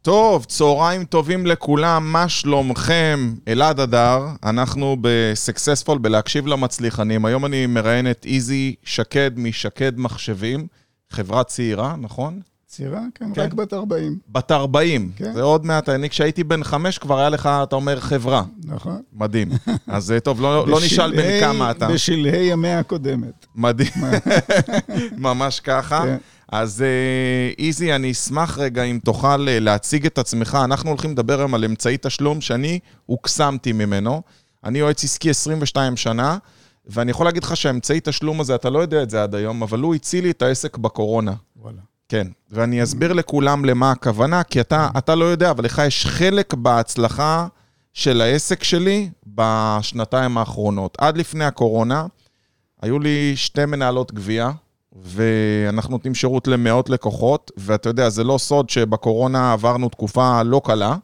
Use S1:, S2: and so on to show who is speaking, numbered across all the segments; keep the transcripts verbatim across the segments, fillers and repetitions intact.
S1: טוב, צהריים טובים לכולם, מה שלומכם? אלעד אדר, אנחנו בסקסספול, בלהקשיב למצליחנים. היום אני מראיין את איזי שקד משקד מחשבים, חברה צעירה, נכון?
S2: צעירה? כן, כן. רק בת ארבעים.
S1: בת ארבעים, כן. זה עוד מעט, אני כשהייתי בן חמש כבר היה לך, אתה אומר, חברה.
S2: נכון.
S1: מדהים. אז טוב, לא, לא נשאל בין כמה אתה.
S2: בשלהי המאה הקודמת.
S1: מדהים. ממש ככה. כן. אז איזי, אני אשמח רגע אם תוכל להציג את עצמך. אנחנו הולכים לדבר היום על אמצעי תשלום שאני הוקסמתי ממנו. אני יועץ עסקי עשרים ושתיים שנה, ואני יכול להגיד לך שהאמצעי תשלום הזה, אתה לא יודע את זה עד היום, אבל הוא הציל לי את העסק בקורונה.
S2: וואלה.
S1: כן, ואני אסביר לכולם למה הכוונה, כי אתה, אתה לא יודע, אבל לך יש חלק בהצלחה של העסק שלי בשנתיים האחרונות. עד לפני הקורונה, היו לי שתי מנהלות גבייה, ואנחנו נותנים שירות למאות לקוחות, ואתה יודע, זה לא סוד שבקורונה עברנו תקופה לא קלה,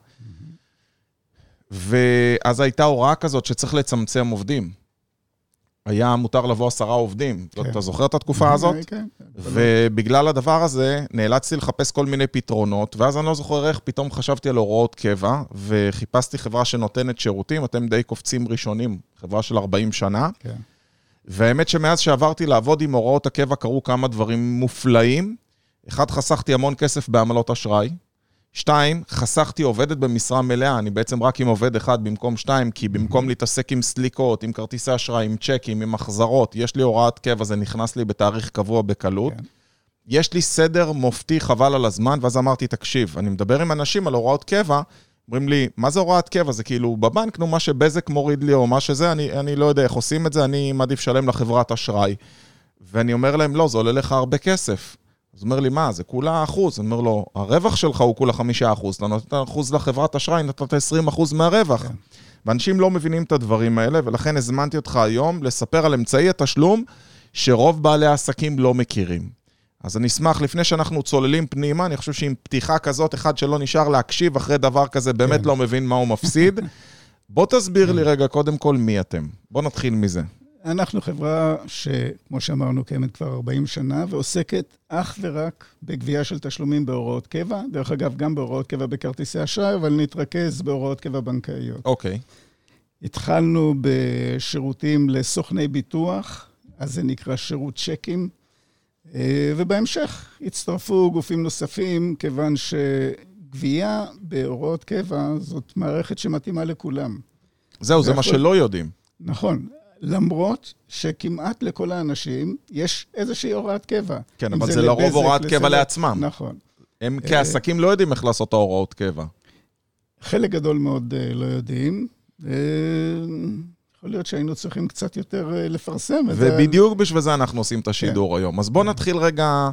S1: ואז הייתה הוראה כזאת שצריך לצמצם עובדים. היה מותר לבוא עשרה עובדים. אתה זוכר את התקופה הזאת?
S2: כן.
S1: ובגלל הדבר הזה, נאלצתי לחפש כל מיני פתרונות, ואז אני לא זוכר איך פתאום חשבתי על הוראות קבע, וחיפשתי חברה שנותנת שירותים, אתם די קופצים ראשונים, חברה של ארבעים שנה,
S2: כן.
S1: והאמת שמאז שעברתי לעבוד עם הוראות הקבע, קרו כמה דברים מופלאים. אחד, חסכתי המון כסף בעמלות אשראי. שתיים, חסכתי עובדת במשרה מלאה, אני בעצם רק עם עובד אחד במקום שתיים, כי במקום להתעסק עם סליקות, עם כרטיסי אשראי, עם צ'קים, עם מחזרות, יש לי הוראת קבע, זה נכנס לי בתאריך קבוע בקלות. כן. יש לי סדר מופתי חבל על הזמן, ואז אמרתי, תקשיב, אני מדבר עם אנשים על הוראות קבע, אומרים לי, מה זה הוראת קבע? זה כאילו בבנק, נו, מה שבזק מוריד לי או מה שזה, אני, אני לא יודע איך עושים את זה, אני מעדיף שלם לחברת אשראי. ואני אומר להם, לא, זה עולה לך הרבה כסף. אז אומר לי, מה, זה כולה אחוז? אני אומר לו, הרווח שלך הוא כולה חמישה אחוז, אתה נותן אחוז לחברת אשראי, נתת עשרים אחוז מהרווח. כן. ואנשים לא מבינים את הדברים האלה, ולכן הזמנתי אותך היום לספר על אמצעי התשלום שרוב בעלי העסקים לא מכירים. אז אני אשמח, לפני שאנחנו צוללים פנימה, אני חושב שעם פתיחה כזאת, אחד שלא נשאר להקשיב אחרי דבר כזה, באמת כן. לא מבין מה הוא מפסיד. בוא תסביר כן. לי רגע קודם כל מי אתם. בוא נתחיל מזה.
S2: אנחנו חברה שכמו שאמרנו קיימת כבר ארבעים שנה, ועוסקת אך ורק בגבייה של תשלומים בהוראות קבע, דרך אגב גם בהוראות קבע בכרטיסי אשראי, אבל נתרכז בהוראות קבע בנקאיות.
S1: אוקיי.
S2: התחלנו בשירותים לסוכני ביטוח, אז זה נקרא שירות צ'קים, ובהמשך הצטרפו גופים נוספים, כיוון שגבייה בהוראות קבע זאת מערכת שמתאימה לכולם.
S1: זהו, זה מה שלא יודעים.
S2: נכון. למרות שכמעט לכל האנשים יש איזושהי הוראת קבע.
S1: כן, אבל זה לרוב הוראת קבע לעצמם.
S2: נכון.
S1: הם כעסקים לא יודעים איך לעשות ההוראות קבע.
S2: חלק גדול מאוד לא יודעים. יכול להיות שהיינו צריכים קצת יותר לפרסם את זה.
S1: ובדיוק בשביל זה אנחנו עושים את השידור היום. אז בואו נתחיל רגע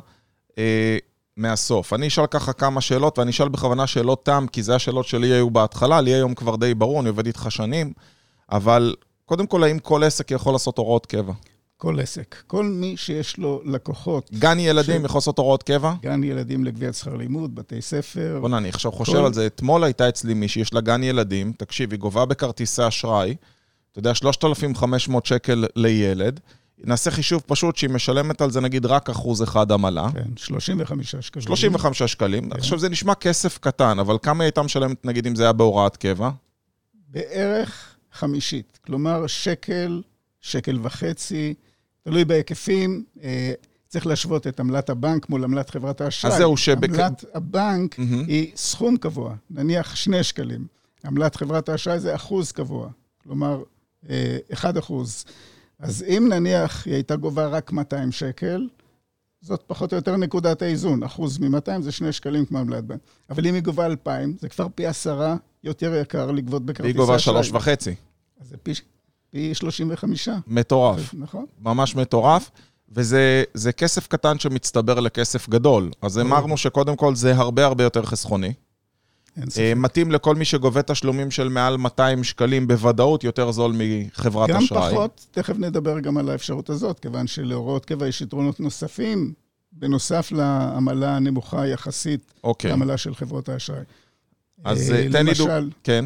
S1: מהסוף. אני אשאל ככה כמה שאלות, ואני אשאל בכוונה שאלות תם, כי זה השאלות שלי היו בהתחלה, לי היום כבר די ברור, אני עובד איתך שנים, אבל קודם כל, האם כל עסק יכול לעשות הוראות קבע?
S2: כל עסק. כל מי שיש לו לקוחות.
S1: גן ילדים ש... יכול לעשות הוראות קבע?
S2: גן ילדים לגביית שכר לימוד, בתי ספר.
S1: בוא נעני, עכשיו חושב כל... על זה. אתמול הייתה אצלי מישהי, יש לה גן ילדים, תקשיב, היא גובה בכרטיסי אשראי, אתה יודע, שלושת אלפים וחמש מאות שקל לילד, נעשה חישוב פשוט שהיא משלמת על זה, נגיד, רק אחוז אחד עמלה.
S2: כן, שלושים וחמישה שקלים.
S1: שלושים וחמישה שקלים. כן. עכשיו, זה נשמע כסף קטן, אבל כמה היא הייתה משלמת, נגיד, אם זה היה בהוראת קבע?
S2: בערך חמישית, כלומר שקל, שקל וחצי, תלוי בהיקפים, צריך להשוות את עמלת הבנק מול עמלת חברת האשראי.
S1: אז זהו שבק...
S2: עמלת הבנק mm-hmm. היא סכום קבוע, נניח שני שקלים. עמלת חברת האשראי זה אחוז קבוע, כלומר אחד אחוז. אז אם נניח היא הייתה גובה רק מאתיים שקל, זאת פחות או יותר נקודת האיזון, אחוז מ-מאתיים זה שני שקלים כמו עמלת בנק. אבל אם היא גובה אלפיים, זה כבר פי עשרה יותר יקר לגבות בכרטיסי אשראי.
S1: היא גובה שלוש וחצי.
S2: אז זה פי, פי שלושים וחמישה.
S1: מטורף.
S2: נכון.
S1: ממש מטורף. וזה זה כסף קטן שמצטבר לכסף גדול. אז אמרנו שקודם כל זה הרבה הרבה יותר חסכוני. מתאים לכל מי שגובה תשלומים של מעל מאתיים שקלים בוודאות יותר זול מחברת
S2: גם
S1: אשראי.
S2: גם פחות, תכף נדבר גם על האפשרות הזאת, כיוון שלהוראות קבע יש יתרונות נוספים, בנוסף לעמלה הנמוכה יחסית,
S1: אוקיי.
S2: לעמלה של חברות האשראי.
S1: אז תן לי דו... כן.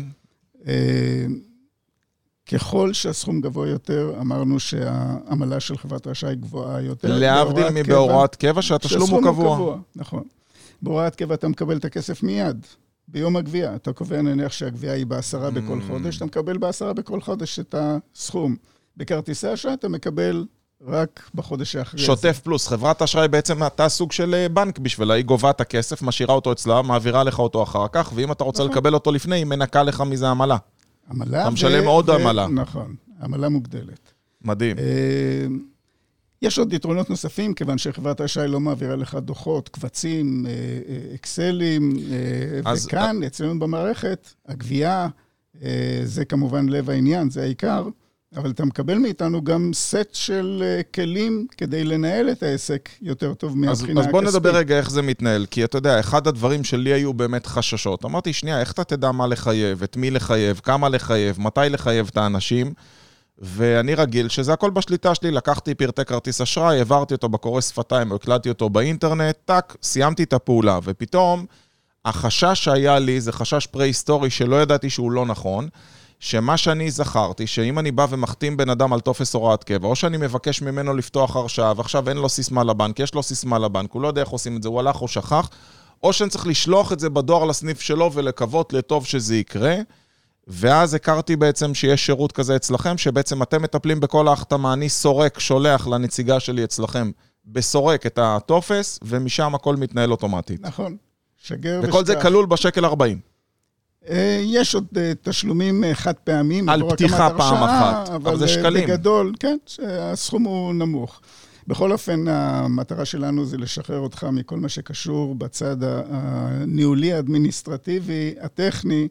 S2: ככל שהסכום גבוה יותר, אמרנו שהעמלה של חברת האשראי גבוהה יותר.
S1: להבדיל מבהוראת קבע, שהתשלום הוא קבוע.
S2: נכון. בהוראת קבע אתה מקבל את הכסף מיד. ביום הגבייה. אתה קובע נניח שהגבייה היא בעשרה בכל חודש, אתה מקבל בעשרה בכל חודש את הסכום. בכרטיסי אשראי אתה מקבל רק בחודש האחרי.
S1: שוטף פלוס, חברת אשראי בעצם אתה סוג של בנק בשבילה, היא גובה את הכסף, משאירה אותו אצלה, מעבירה לך אותו אחר כך, ואם אתה רוצה לקבל אותו לפני, היא מנקה לך מזה עמלה.
S2: עמלה.
S1: אתה משלם עוד עמלה.
S2: נכון, עמלה מוגדלת.
S1: מדהים.
S2: יש עוד יתרונות נוספים, כיוון שחברת האשראי לא מעבירה לך דוחות, קבצים, אקסלים, וכאן, אצלנו במערכת, הגבייה, זה כמובן לב העניין, זה העיקר, אבל אתה מקבל מאיתנו גם סט של כלים כדי לנהל את העסק יותר טוב מהבחינה הכספית.
S1: אז בוא נדבר רגע איך זה מתנהל, כי אתה יודע, אחד הדברים שלי היו באמת חששות. אמרתי, שנייה, איך אתה תדע מה לחייב, את מי לחייב, כמה לחייב, מתי לחייב את האנשים, ואני רגיל שזה הכל בשליטה שלי, לקחתי פרטי כרטיס אשראי, העברתי אותו בקורא שפתיים, או הקלטתי אותו באינטרנט, טק, סיימתי את הפעולה, ופתאום החשש שהיה לי זה חשש פרה-היסטורי שלא ידעתי שהוא לא נכון, שמה שאני זכרתי, שאם אני בא ומחתים בן אדם על טופס הוראת קבע, או שאני מבקש ממנו לפתוח הרשאה, ועכשיו אין לו סיסמה לבנק, יש לו סיסמה לבנק, הוא לא יודע איך עושים את זה, הוא הלך או שכח, או שאני צריך לשלוח את זה בדואר לסניף שלו ולקוות לטוב שזה יקרה, ואז הכרתי בעצם שיש שירות כזה אצלכם, שבעצם אתם מטפלים בכל ההחתמה, אני סורק, שולח לנציגה שלי אצלכם, בסורק את הטופס, ומשם הכל מתנהל אוטומטית.
S2: נכון. שגר
S1: וכל זה כלול בשקל ארבעים.
S2: יש עוד תשלומים חד פעמים.
S1: על פתיחה פעם אחת, אבל זה שקלים.
S2: בגדול, כן, הסכום הוא נמוך. בכל אופן, המטרה שלנו זה לשחרר אותך מכל מה שקשור בצד הניהולי, האדמיניסטרטיבי, הטכני,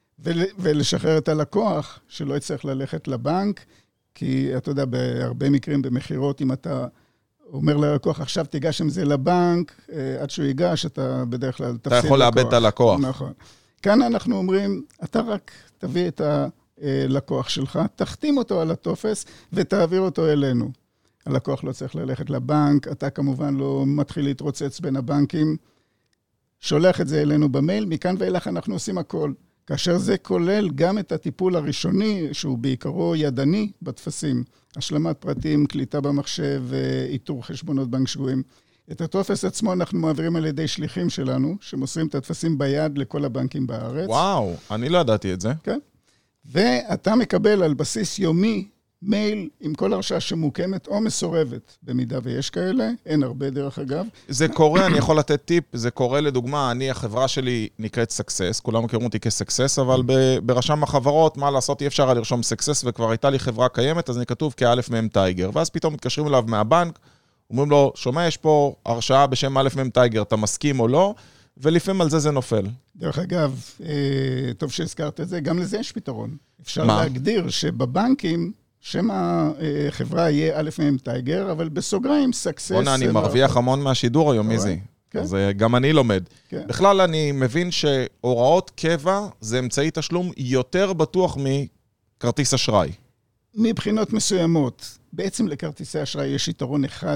S2: ולשחרר את הלקוח, שלא יצטרך ללכת לבנק, כי אתה יודע, בהרבה מקרים במחירות, אם אתה אומר ללקוח, עכשיו תיגש עם זה לבנק, עד שהוא ייגש, אתה בדרך כלל תפסיד לקוח.
S1: אתה יכול לאבד את הלקוח.
S2: נכון. כאן אנחנו אומרים, אתה רק תביא את הלקוח שלך, תחתים אותו על הטופס, ותעביר אותו אלינו. הלקוח לא צריך ללכת לבנק, אתה כמובן לא מתחיל להתרוצץ בין הבנקים, שולח את זה אלינו במייל, מכאן ואילך אנחנו עושים הכל. כאשר זה כולל גם את הטיפול הראשוני, שהוא בעיקרו ידני בטפסים, השלמת פרטים, קליטה במחשב, איתור חשבונות בנק שגויים. את הטופס עצמו אנחנו מעבירים על ידי שליחים שלנו, שמוסרים את הטפסים ביד לכל הבנקים בארץ.
S1: וואו, אני לא ידעתי את זה.
S2: כן. ואתה מקבל על בסיס יומי מייל עם כל הרשאה שמוקמת או מסורבת, במידה ויש כאלה, אין הרבה דרך אגב.
S1: זה קורה, אני יכול לתת טיפ, זה קורה לדוגמה, אני, החברה שלי נקראת סקסס, כולם מכירים אותי כסקסס, אבל ברשם החברות, מה לעשות, אי אפשר היה לרשום סקסס, וכבר הייתה לי חברה קיימת, אז אני כתוב כאלף מהם טייגר, ואז פתאום מתקשרים אליו מהבנק, אומרים לו, שומע, יש פה הרשאה בשם אלף מהם טייגר, אתה מסכים או לא? ולפעמים על זה זה נופל.
S2: דרך אגב, טוב שהזכרת את זה, גם לזה יש פתרון. אפשר להגדיר שבבנקים שם החברה יהיה א' מהם טייגר, אבל בסוגריים סקסס.
S1: בונה, אני מרוויח המון מהשידור היום, איזי. אז גם אני לומד. בכלל אני מבין שהוראות קבע זה אמצעי תשלום יותר בטוח מכרטיס אשראי.
S2: מבחינות מסוימות, בעצם לכרטיסי אשראי יש יתרון אחד,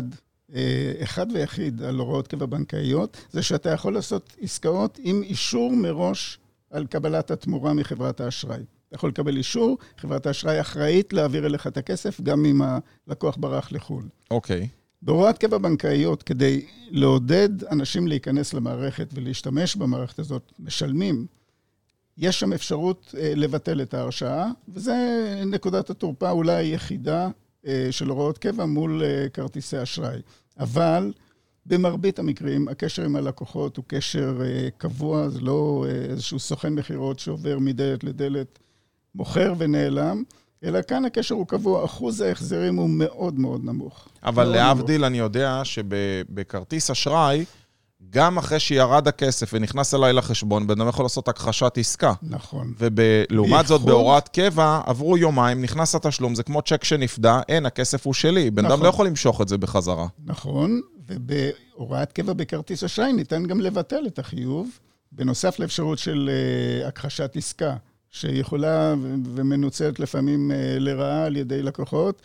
S2: אחד ויחיד על הוראות קבע בנקאיות, זה שאתה יכול לעשות עסקאות עם אישור מראש על קבלת התמורה מחברת האשראי. אתה יכול לקבל אישור, חברת האשראי אחראית להעביר אליך את הכסף, גם אם הלקוח ברח לחו"ל.
S1: אוקיי.
S2: בהוראת קבע בנקאיות, כדי לעודד אנשים להיכנס למערכת ולהשתמש במערכת הזאת, משלמים, יש שם אפשרות לבטל את ההרשאה, וזה נקודת התורפה אולי היחידה של הוראות קבע מול כרטיסי אשראי. אבל במרבית המקרים, הקשר עם הלקוחות הוא קשר קבוע, זה לא איזשהו סוכן מחירות שעובר מדלת לדלת, מוכר ונעלם, אלא כאן הקשר הוא קבוע, אחוז ההחזרים הוא מאוד מאוד נמוך.
S1: אבל להבדיל אני יודע שבכרטיס אשראי, גם אחרי שירד הכסף ונכנס אליי לחשבון, בן אדם יכול לעשות הכחשת עסקה.
S2: נכון.
S1: ולעומת זאת, בהוראת קבע, עברו יומיים, נכנס התשלום, זה כמו צ'ק שנפדה, אין, הכסף הוא שלי. בן אדם לא יכול למשוך את זה בחזרה.
S2: נכון, ובהוראת קבע בכרטיס אשראי ניתן גם לבטל את החיוב, בנוסף לאפשרות של הכחשת עסקה, שיכולה ומנוצלת לפעמים לרעה על ידי לקוחות,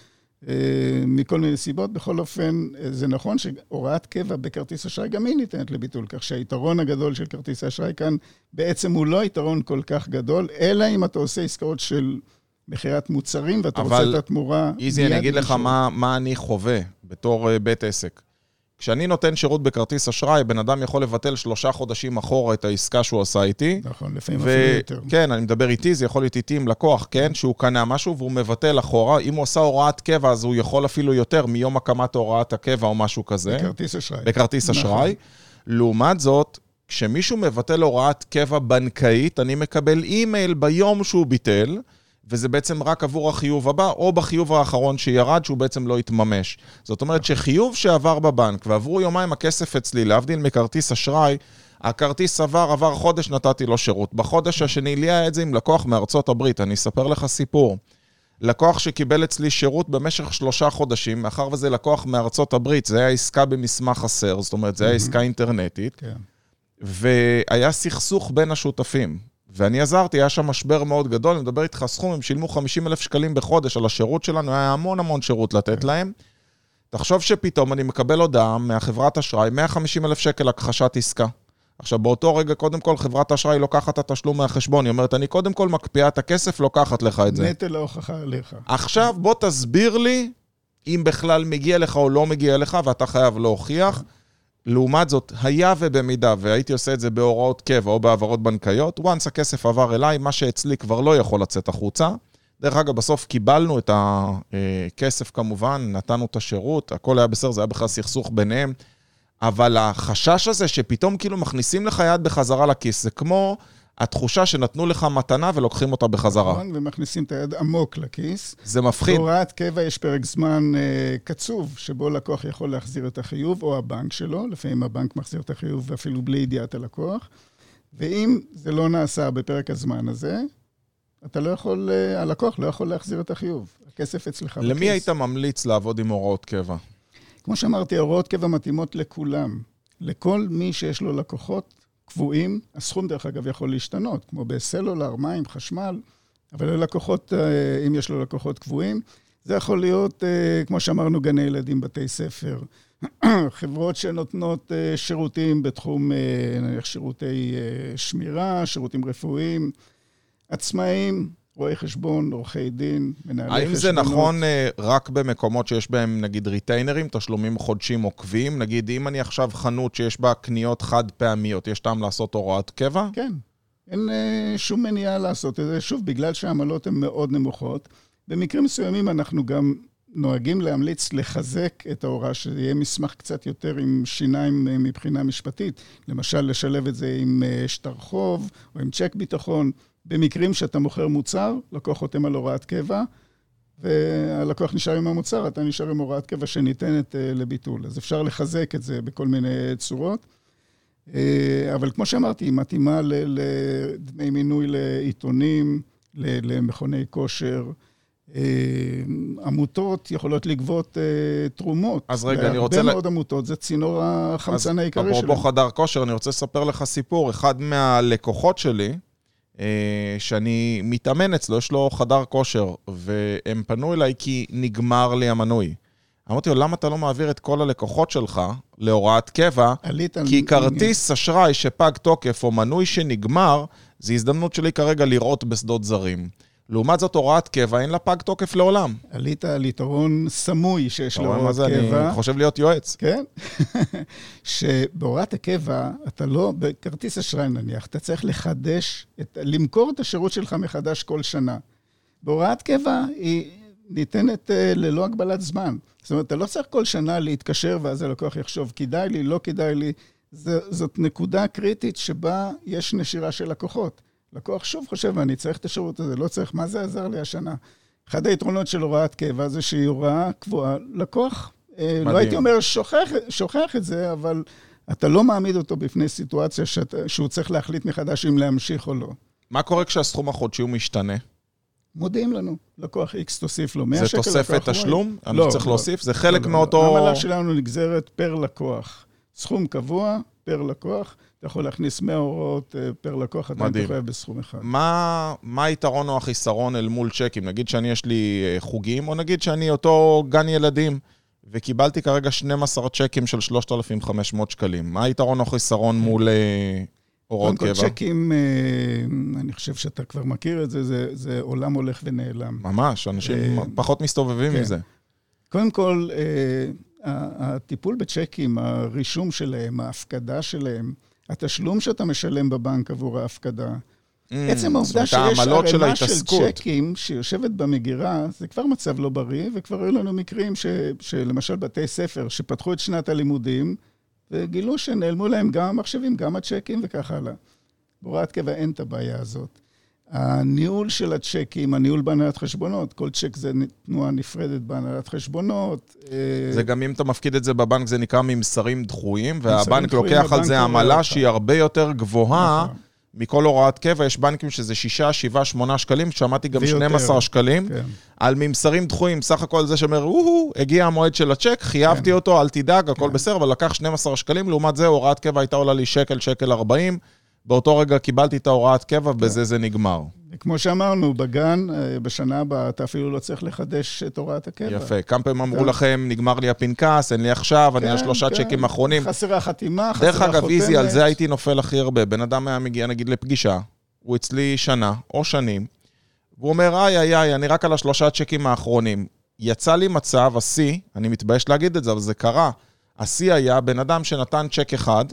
S2: מכל מיני סיבות. בכל אופן, זה נכון שהוראת קבע בכרטיס אשראי גם היא ניתנת לביטול, כך שהיתרון הגדול של כרטיס האשראי כאן בעצם הוא לא יתרון כל כך גדול, אלא אם אתה עושה עסקאות של מחירת מוצרים, ואתה רוצה את התמורה.
S1: איזי, אני אגיד לך מה, מה אני חווה בתור בית עסק. כשאני נותן שירות בכרטיס אשראי, בן אדם יכול לבטל שלושה חודשים אחורה את העסקה שהוא עשה איתי.
S2: נכון, לפעמים אפילו יותר.
S1: כן, אני מדבר איתי, זה יכול להיות איתי עם לקוח, כן, שהוא קנה משהו והוא מבטל אחורה. אם הוא עשה הוראת קבע, אז הוא יכול אפילו יותר מיום הקמת הוראת הקבע או משהו כזה.
S2: בכרטיס אשראי.
S1: בכרטיס אשראי. לעומת זאת, כשמישהו מבטל הוראת קבע בנקאית, אני מקבל אימייל ביום שהוא ביטל, וזה בעצם רק עבור החיוב הבא, או בחיוב האחרון שירד, שהוא בעצם לא יתממש. זאת אומרת שחיוב שעבר בבנק, ועברו יומיים הכסף אצלי, להבדיל מכרטיס אשראי, הכרטיס עבר, עבר חודש, נתתי לו שירות. בחודש השני לי היה את זה עם לקוח מארצות הברית. אני אספר לך סיפור. לקוח שקיבל אצלי שירות במשך שלושה חודשים, מאחר וזה לקוח מארצות הברית, זה היה עסקה במסמך חסר, זאת אומרת, זה היה עסקה אינטרנטית, כן. והיה סכסוך בין השותפים. ואני עזרתי, היה שם משבר מאוד גדול, אני מדבר איתך סכום, הם שילמו חמישים אלף שקלים בחודש על השירות שלנו, היה המון המון שירות לתת להם. תחשוב שפתאום אני מקבל הודעה מהחברת אשראי, מאה וחמישים אלף שקל הכחשת עסקה. עכשיו, באותו רגע, קודם כל, חברת האשראי לוקחת את התשלום מהחשבון. היא אומרת, אני קודם כל מקפיאה את הכסף, לוקחת לך את זה.
S2: נטל ההוכחה עליך.
S1: עכשיו, בוא תסביר לי אם בכלל מגיע לך או לא מגיע לך, ואתה חייב להוכיח. לעומת זאת, היה ובמידה, והייתי עושה את זה בהוראות קבע או בעברות בנקאיות, once הכסף עבר אליי, מה שאצלי כבר לא יכול לצאת החוצה. דרך אגב, בסוף קיבלנו את הכסף כמובן, נתנו את השירות, הכל היה בסדר, זה היה בכלל סכסוך ביניהם. אבל החשש הזה שפתאום כאילו מכניסים לך יד בחזרה לכיס, זה כמו התחושה שנתנו לך מתנה ולוקחים אותה בחזרה.
S2: נכון, ומכניסים את היד עמוק לכיס.
S1: זה מפחיד.
S2: בהוראת קבע יש פרק זמן אה, קצוב, שבו לקוח יכול להחזיר את החיוב, או הבנק שלו, לפעמים הבנק מחזיר את החיוב אפילו בלי ידיעת הלקוח, ואם זה לא נעשה בפרק הזמן הזה, אתה לא יכול, אה, הלקוח לא יכול להחזיר את החיוב. הכסף אצלך בכיס.
S1: למי היית ממליץ לעבוד עם הוראות קבע?
S2: כמו שאמרתי, הוראות קבע מתאימות לכולם. לכל מי שיש לו לקוחות קבועים, הסכום דרך אגב יכול להשתנות, כמו בסלולר, מים, חשמל, אבל ללקוחות, אם יש לו לקוחות קבועים, זה יכול להיות, כמו שאמרנו, גני ילדים, בתי ספר, חברות שנותנות שירותים בתחום, נניח שירותי שמירה, שירותים רפואיים, עצמאים, רואי חשבון, עורכי דין, מנהלי חשבונות.
S1: האם זה נכון רק במקומות שיש בהם, נגיד, ריטיינרים, תשלומים חודשים עוקבים? נגיד, אם אני עכשיו חנות שיש בה קניות חד פעמיות, יש טעם לעשות הוראת קבע?
S2: כן. אין שום מניעה לעשות את זה. שוב, בגלל שהעמלות הן מאוד נמוכות. במקרים מסוימים אנחנו גם נוהגים להמליץ לחזק את ההוראה, שזה יהיה מסמך קצת יותר עם שיניים מבחינה משפטית. למשל, לשלב את זה עם שטר חוב או עם צ'ק ביטחון. במקרים שאתה מוכר מוצר, לקוח חותם על הוראת קבע, והלקוח נשאר עם המוצר, אתה נשאר עם הוראת קבע שניתנת לביטול. אז אפשר לחזק את זה בכל מיני צורות. אבל כמו שאמרתי, היא מתאימה לדמי מינוי לעיתונים, למכוני כושר. עמותות יכולות לגבות תרומות.
S1: אז רגע, אני רוצה...
S2: הרבה מאוד עמותות, זה צינור החמצן העיקרי שלהם.
S1: אפרופו חדר כושר, אני רוצה לספר לך סיפור. אחד מהלקוחות שלי, שאני מתאמן אצלו, יש לו חדר כושר, והם פנו אליי כי נגמר לי המנוי. אמרתי לו, למה אתה לא מעביר את כל הלקוחות שלך להוראת קבע? כי כרטיס אשראי שפג תוקף או מנוי שנגמר, זה הזדמנות שלי כרגע לראות בשדות זרים. לעומת זאת, הוראת קבע, אין לה פג תוקף לעולם.
S2: עלית על יתרון סמוי שיש לו הוראת
S1: קבע. אני חושב להיות יועץ.
S2: כן? שבהוראת הקבע, אתה לא, בכרטיס אשראי נניח, אתה צריך לחדש, את, למכור את השירות שלך מחדש כל שנה. בהוראת קבע היא ניתנת ללא הגבלת זמן. זאת אומרת, אתה לא צריך כל שנה להתקשר, ואז הלקוח יחשוב, כדאי לי, לא כדאי לי. זאת נקודה קריטית שבה יש נשירה של לקוחות. לקוח שוב חושב, אני צריך את השירות הזה, לא צריך, מה זה עזר לי השנה? אחד היתרונות של הוראת קבע זה שהיא הוראה קבועה. לקוח, מדהים. לא הייתי אומר שוכח, שוכח את זה, אבל אתה לא מעמיד אותו בפני סיטואציה שאתה, שהוא צריך להחליט מחדש אם להמשיך או לא.
S1: מה קורה כשהסכום החודשי הוא משתנה?
S2: מודיעים לנו, לקוח X תוסיף לו מאה שקל.
S1: זה תוספת תשלום? אני לא, צריך לא, להוסיף? זה חלק לא, מאותו...
S2: העמלה שלנו נגזרת פר לקוח. סכום קבוע, פר לקוח. אתה יכול להכניס מאה הוראות פר לקוח, אתה תחייב בסכום אחד.
S1: מה, מה היתרון או החיסרון אל מול צ'קים? נגיד שאני יש לי חוגים, או נגיד שאני אותו גן ילדים, וקיבלתי כרגע שנים עשר צ'קים של שלושת אלפים וחמש מאות שקלים. מה היתרון או החיסרון מול הוראות קבע?
S2: קודם כל צ'קים, אני חושב שאתה כבר מכיר את זה, זה, זה עולם הולך ונעלם.
S1: ממש, אנשים פחות מסתובבים עם זה.
S2: קודם כל, הטיפול בצ'קים, הרישום שלהם, ההפקדה שלהם, התשלום שאתה משלם בבנק עבור ההפקדה, עצם העובדה שיש ערימה של צ'קים שיושבת במגירה, זה כבר מצב לא בריא, וכבר היו לנו מקרים שלמשל בתי ספר שפתחו את שנת הלימודים, וגילו שנעלמו להם גם המחשבים, גם הצ'קים וכך הלאה. בהוראת קבע אין את הבעיה הזאת. הניהול של הצ'קים, הניהול בהנהלת חשבונות, כל צ'ק זה תנועה נפרדת בהנהלת חשבונות.
S1: זה גם אם אתה מפקיד את זה בבנק, זה נקרא ממסרים דחויים, והבנק לוקח על זה עמלה שהיא הרבה יותר גבוהה, מכל הוראת קבע. יש בנקים שזה שישה, שבעה, שמונה שקלים, שמעתי גם שנים עשר שקלים, על ממסרים דחויים, סך הכל זה שאומר, אוהו, הגיע המועד של הצ'ק, חייבתי אותו, אל תדאג, הכל בסדר, אבל לקח שנים עשר שקלים, לעומת זה, הוראת קבע הייתה עולה לי שקל, שקל ארבעים, באותו רגע קיבלתי את ההוראת קבע, בזה זה נגמר.
S2: כמו שאמרנו, בגן, בשנה הבאה, אתה אפילו לא צריך לחדש את הוראת הקבע.
S1: יפה. כמה פעמים אמרו לכם, נגמר לי הפנקס, אין לי עכשיו, אני על שלושה צ'קים אחרונים.
S2: חסרה חתימה, חסרה
S1: חותמת. דרך אגב, איזי, על זה הייתי נופל הכי הרבה. בן אדם היה מגיע, נגיד, לפגישה, הוא אצלי שנה או שנים, והוא אומר, איי, איי, איי, אני רק על השלושה צ'קים האחרונים. יצא לי מצב, השיא, אני מתבייש להגיד את זה, אבל זה קרה. השיא היה בן אדם שנתן צ'ק אחד,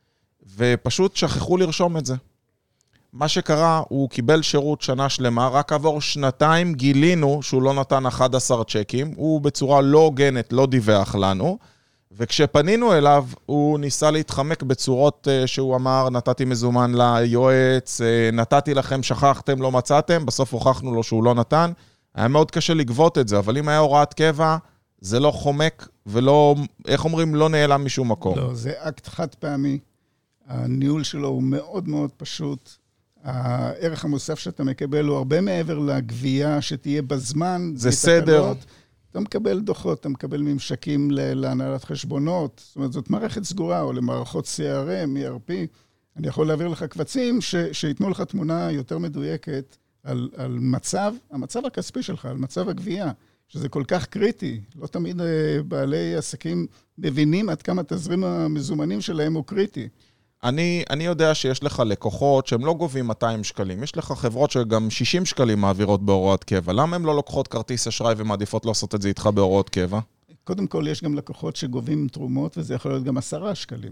S1: ופשוט שכחו לרשום את זה. מה שקרה, הוא קיבל שירות שנה שלמה, רק עבור שנתיים גילינו שהוא לא נתן אחד עשר צ'קים, הוא בצורה לא הוגנת, לא דיווח לנו, וכשפנינו אליו, הוא ניסה להתחמק בצורות שהוא אמר, נתתי מזומן ליועץ, נתתי לכם, שכחתם, לא מצאתם, בסוף הוכחנו לו שהוא לא נתן, היה מאוד קשה לגבות את זה, אבל אם היה הוראת קבע, זה לא חומק, ולא, איך אומרים, לא נעלם משום מקום.
S2: לא, זה אקט חד פעמי. הניהול שלו הוא מאוד מאוד פשוט. הערך המוסף שאתה מקבל הוא הרבה מעבר לגבייה שתהיה בזמן.
S1: זה סדר.
S2: אתה מקבל דוחות, אתה מקבל ממשקים להנהלת חשבונות. זאת אומרת, זאת מערכת סגורה, או למערכות סי אר אם, אי אר פי. אני יכול להעביר לך קבצים ש, שיתנו לך תמונה יותר מדויקת על, על מצב, המצב הכספי שלך, על מצב הגבייה, שזה כל כך קריטי. לא תמיד בעלי עסקים מבינים עד כמה תזרים המזומנים שלהם הוא קריטי.
S1: אני, אני יודע שיש לך לקוחות שהם לא גובים מאתיים שקלים. יש לך חברות שגם שישים שקלים מעבירות בהוראות קבע. למה הם לא לוקחות כרטיס אשראי ומעדיפות לעשות את זה איתך בהוראות קבע?
S2: קודם כל, יש גם לקוחות שגובים תרומות, וזה יכול להיות גם עשרה שקלים.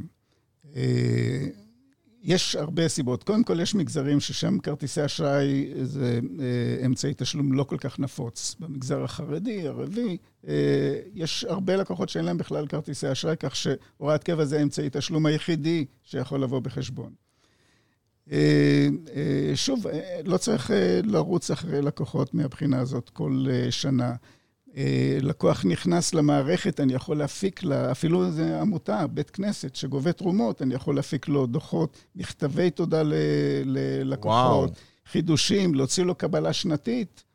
S2: יש הרבה סיבות. קודם כל, יש מגזרים ששם כרטיסי אשראי זה אמצעי תשלום לא כל כך נפוץ. במגזר החרדי, הרביעי, יש הרבה לקוחות שאין להם בכלל כרטיסי אשראי, כך שהוראת קבע זה אמצעי תשלום היחידי שיכול לבוא בחשבון. שוב, לא צריך לרוץ אחרי לקוחות מהבחינה הזאת כל שנה. לקוח נכנס למערכת, אני יכול להפיק לה, אפילו זה עמותה, בית כנסת, שגובה תרומות, אני יכול להפיק לו דוחות, מכתבי תודה ללקוחות, וואו. חידושים, להוציא לו קבלה שנתית.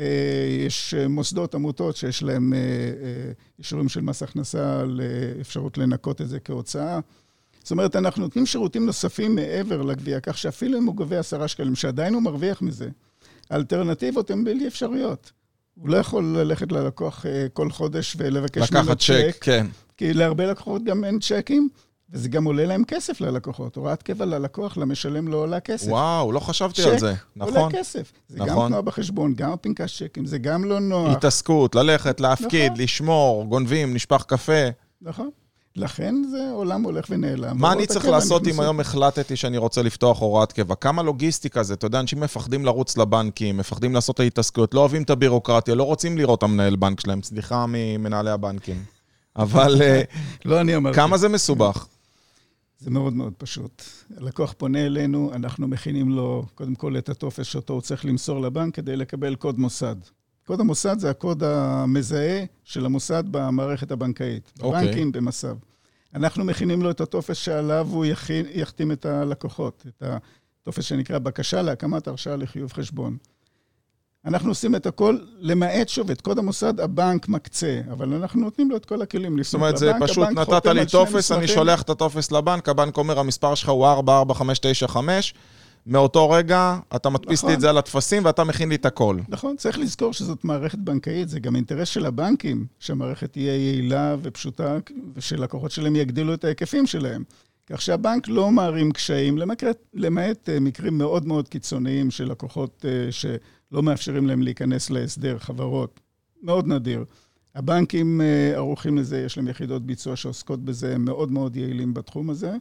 S2: יש מוסדות, עמותות, שיש להם אישורים של מס הכנסה, לאפשרות לנקות את זה כהוצאה. זאת אומרת, אנחנו נותנים שירותים נוספים מעבר לגבייה, כך שאפילו אם הוא גובה עשרה שקלים, שעדיין הוא מרוויח מזה, האלטרנטיבות הן בלתי אפשריות. הוא לא יכול ללכת ללקוח כל חודש ולבקש ממנו צ'ק,
S1: כן.
S2: כי להרבה לקוחות גם אין צ'קים, וזה גם עולה להם כסף ללקוחות. הוראת קבע ללקוח, למשלם לא עולה כסף.
S1: וואו, לא חשבתי על זה. נכון.
S2: עולה כסף. זה נכון. גם תנועה בחשבון, גם הפנקס צ'קים, זה גם לא נוח.
S1: התעסקות, ללכת, להפקיד, נכון. לשמור, גונבים, נשפך קפה.
S2: נכון. לכן זה עולם הולך ונעלם.
S1: מה אני צריך לעשות אם היום החלטתי שאני רוצה לפתוח הוראת קבע? כמה לוגיסטיקה זה? אתה יודע, אנשים מפחדים לרוץ לבנקים, מפחדים לעשות ההתעסקויות, לא אוהבים את הבירוקרטיה, לא רוצים לראות המנהל בנק שלהם, סליחה ממנהלי הבנקים. אבל
S2: לא אני אמרתי.
S1: כמה זה מסובך?
S2: זה מאוד מאוד פשוט. הלקוח פונה אלינו, אנחנו מכינים לו קודם כל את הטופס שאותו הוא צריך למסור לבנק כדי לקבל קוד מוסד. קוד המוסד זה הקוד המזהה של המוסד במערכת הבנקאית, בבנקים, okay. במסב. אנחנו מכינים לו את הטופס שעליו הוא יכין, יחתים את הלקוחות, את הטופס שנקרא בקשה להקמת הרשאה לחיוב חשבון. אנחנו עושים את הכל, למעט שוב, את קוד המוסד הבנק מקצה, אבל אנחנו נותנים לו את כל הכלים.
S1: זאת אומרת, זה פשוט נתת לי טופס, אני שולח את הטופס לבנק, הבנק אומר, המספר שלך הוא ארבע ארבע חמש תשע חמש, מאותו רגע אתה מדפיס נכון. לי את זה על התפסים ואתה מכין לי את הכל.
S2: נכון, צריך לזכור שזאת מערכת בנקאית, זה גם אינטרס של הבנקים, שהמערכת תהיה יעילה ופשוטה, ושלקוחות שלהם יגדילו את ההיקפים שלהם. כך שהבנק לא מערים קשיים, למעט, למעט מקרים מאוד מאוד קיצוניים של לקוחות שלא מאפשרים להם להיכנס להסדר חברות. מאוד נדיר. הבנקים ערוכים לזה, יש להם יחידות ביצוע שעוסקות בזה, הם מאוד מאוד יעילים בתחום הזה.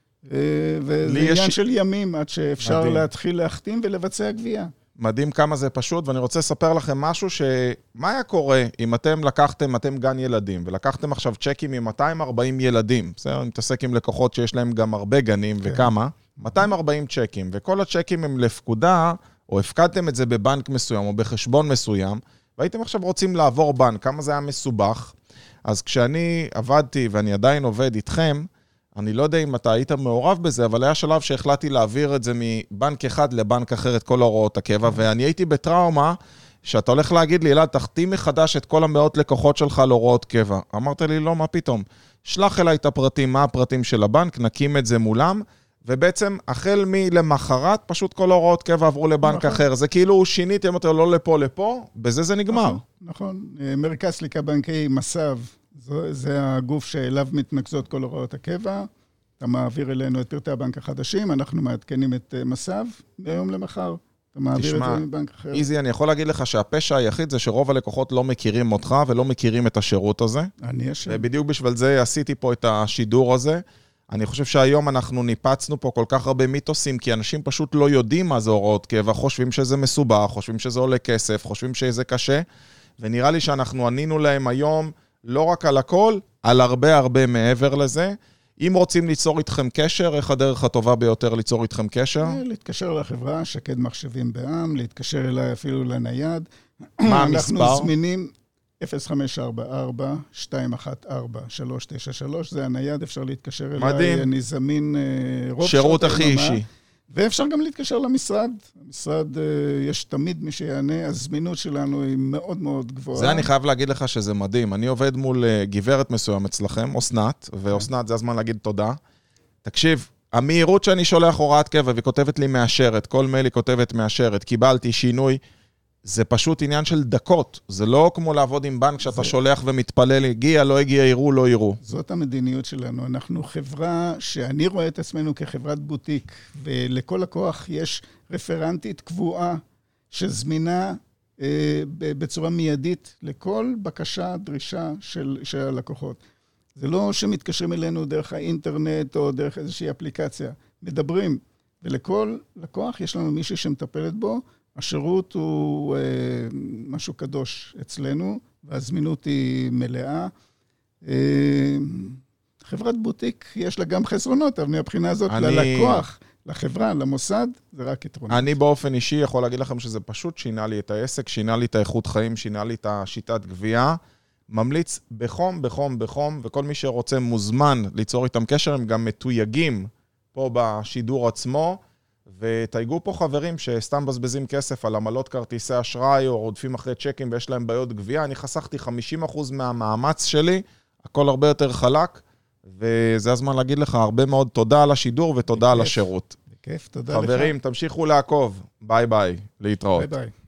S2: וזה עניין יש... של ימים עד שאפשר מדהים. להתחיל להחתים ולבצע גבייה.
S1: מדהים כמה זה פשוט, ואני רוצה לספר לכם משהו שמה היה קורה אם אתם לקחתם, אתם גן ילדים, ולקחתם עכשיו צ'קים מ-מאתיים וארבעים ילדים, בסדר? אני מתעסק עם לקוחות שיש להם גם הרבה גנים כן. וכמה, מאתיים וארבעים צ'קים, וכל הצ'קים הם לפקודה, או הפקדתם את זה בבנק מסוים, או בחשבון מסוים, והייתם עכשיו רוצים לעבור בנק, כמה זה היה מסובך, אז כשאני עבדתי, ואני עדיין עובד איתכם, אני לא יודע אם אתה היית מעורב בזה, אבל היה שלב שהחלטתי להעביר את זה מבנק אחד לבנק אחר, את כל הוראות הקבע, ואני הייתי בטראומה, שאתה הולך להגיד לי, אלעד, תחתים מחדש את כל המאות לקוחות שלך להוראות קבע. אמרת לי, לא, מה פתאום? שלח אליי את הפרטים, מה הפרטים של הבנק, נקים את זה מולם, ובעצם החל מלמחרת, פשוט כל הוראות קבע עברו לבנק נכון. אחר. זה כאילו שיניתי, אמרתי לו, לא לפה, לפה, בזה זה נגמר.
S2: נכון, נכון. מרכז סליקה בנקאי מסב, זה הגוף שאליו מתנקזות כל הוראות הקבע, אתה מעביר אלינו את פרטי הבנק החדשים, אנחנו מעדכנים את מסב ביום למחר, אתה מעביר תשמע, את זה מבנק אחר.
S1: איזי, אני יכול להגיד לך שהפשע היחיד זה שרוב הלקוחות לא מכירים אותך ולא מכירים את השירות הזה.
S2: אני אשם.
S1: ובדיוק בשביל זה עשיתי פה את השידור הזה. אני חושב שהיום אנחנו ניפצנו פה כל כך הרבה מיתוסים, כי אנשים פשוט לא יודעים מה זה הוראות קבע, חושבים שזה מסובך, חושבים שזה עולה כסף, חושבים שזה קשה, ונראה לי שאנחנו ענינו להם היום לא רק על הכל, על הרבה הרבה מעבר לזה. אם רוצים ליצור איתכם קשר, איך הדרך הטובה ביותר ליצור איתכם קשר?
S2: להתקשר לחברה, שקד מחשבים בעם, להתקשר אליי אפילו לנייד.
S1: מה המספר?
S2: אנחנו זמינים אפס חמש ארבע ארבע שתיים אחת ארבע שלוש תשע שלוש, זה הנייד, אפשר להתקשר אליי.
S1: מדהים.
S2: אני זמין רוב
S1: שירות הכי אישי.
S2: ואפשר גם להתקשר למשרד. המשרד, יש תמיד מי שיענה, הזמינות שלנו היא מאוד מאוד גבוהה.
S1: זה אני חייב להגיד לך שזה מדהים. אני עובד מול גברת מסוים אצלכם, אסנת, ואסנת זה הזמן להגיד תודה. תקשיב, המהירות שאני שולח הוראת קבע, והיא כותבת לי מאשרת, כל מייל היא כותבת מאשרת, קיבלתי שינוי, זה פשוט עניין של דקות. זה לא כמו לעבוד עם בנק שאתה זה... שולח ומתפלל, הגיע, לא הגיע, יראו, לא יראו.
S2: זאת המדיניות שלנו. אנחנו חברה שאני רואה את עצמנו כחברת בוטיק, ולכל לקוח יש רפרנטית קבועה שזמינה אה, בצורה מיידית לכל בקשה, דרישה של, של הלקוחות. זה לא שמתקשרים אלינו דרך האינטרנט או דרך איזושהי אפליקציה. מדברים, ולכל לקוח יש לנו מישהו שמטפלת בו, השירות הוא אה, משהו קדוש אצלנו, והזמינות היא מלאה. אה, חברת בוטיק יש לה גם חסרונות, אבל מהבחינה הזאת אני... ללקוח, לחברה, למוסד, זה רק יתרונות.
S1: אני באופן אישי יכול להגיד לכם שזה פשוט שינה לי את העסק, שינה לי את האיכות חיים, שינה לי את השיטת גבייה. ממליץ בחום, בחום, בחום, וכל מי שרוצה מוזמן ליצור איתם קשר, הם גם מתויגים פה בשידור עצמו, ותייגו פה חברים שסתם בזבזים כסף על עמלות כרטיסי אשראי או רודפים אחרי צ'קים ויש להם בעיות גבייה. אני חסכתי חמישים אחוז מהמאמץ שלי, הכל הרבה יותר חלק, וזה הזמן להגיד לך הרבה מאוד תודה על השידור ותודה בכיף, על השירות.
S2: בכיף, תודה
S1: חברים, לך. חברים, תמשיכו לעקוב. ביי ביי, להתראות.
S2: ביי ביי.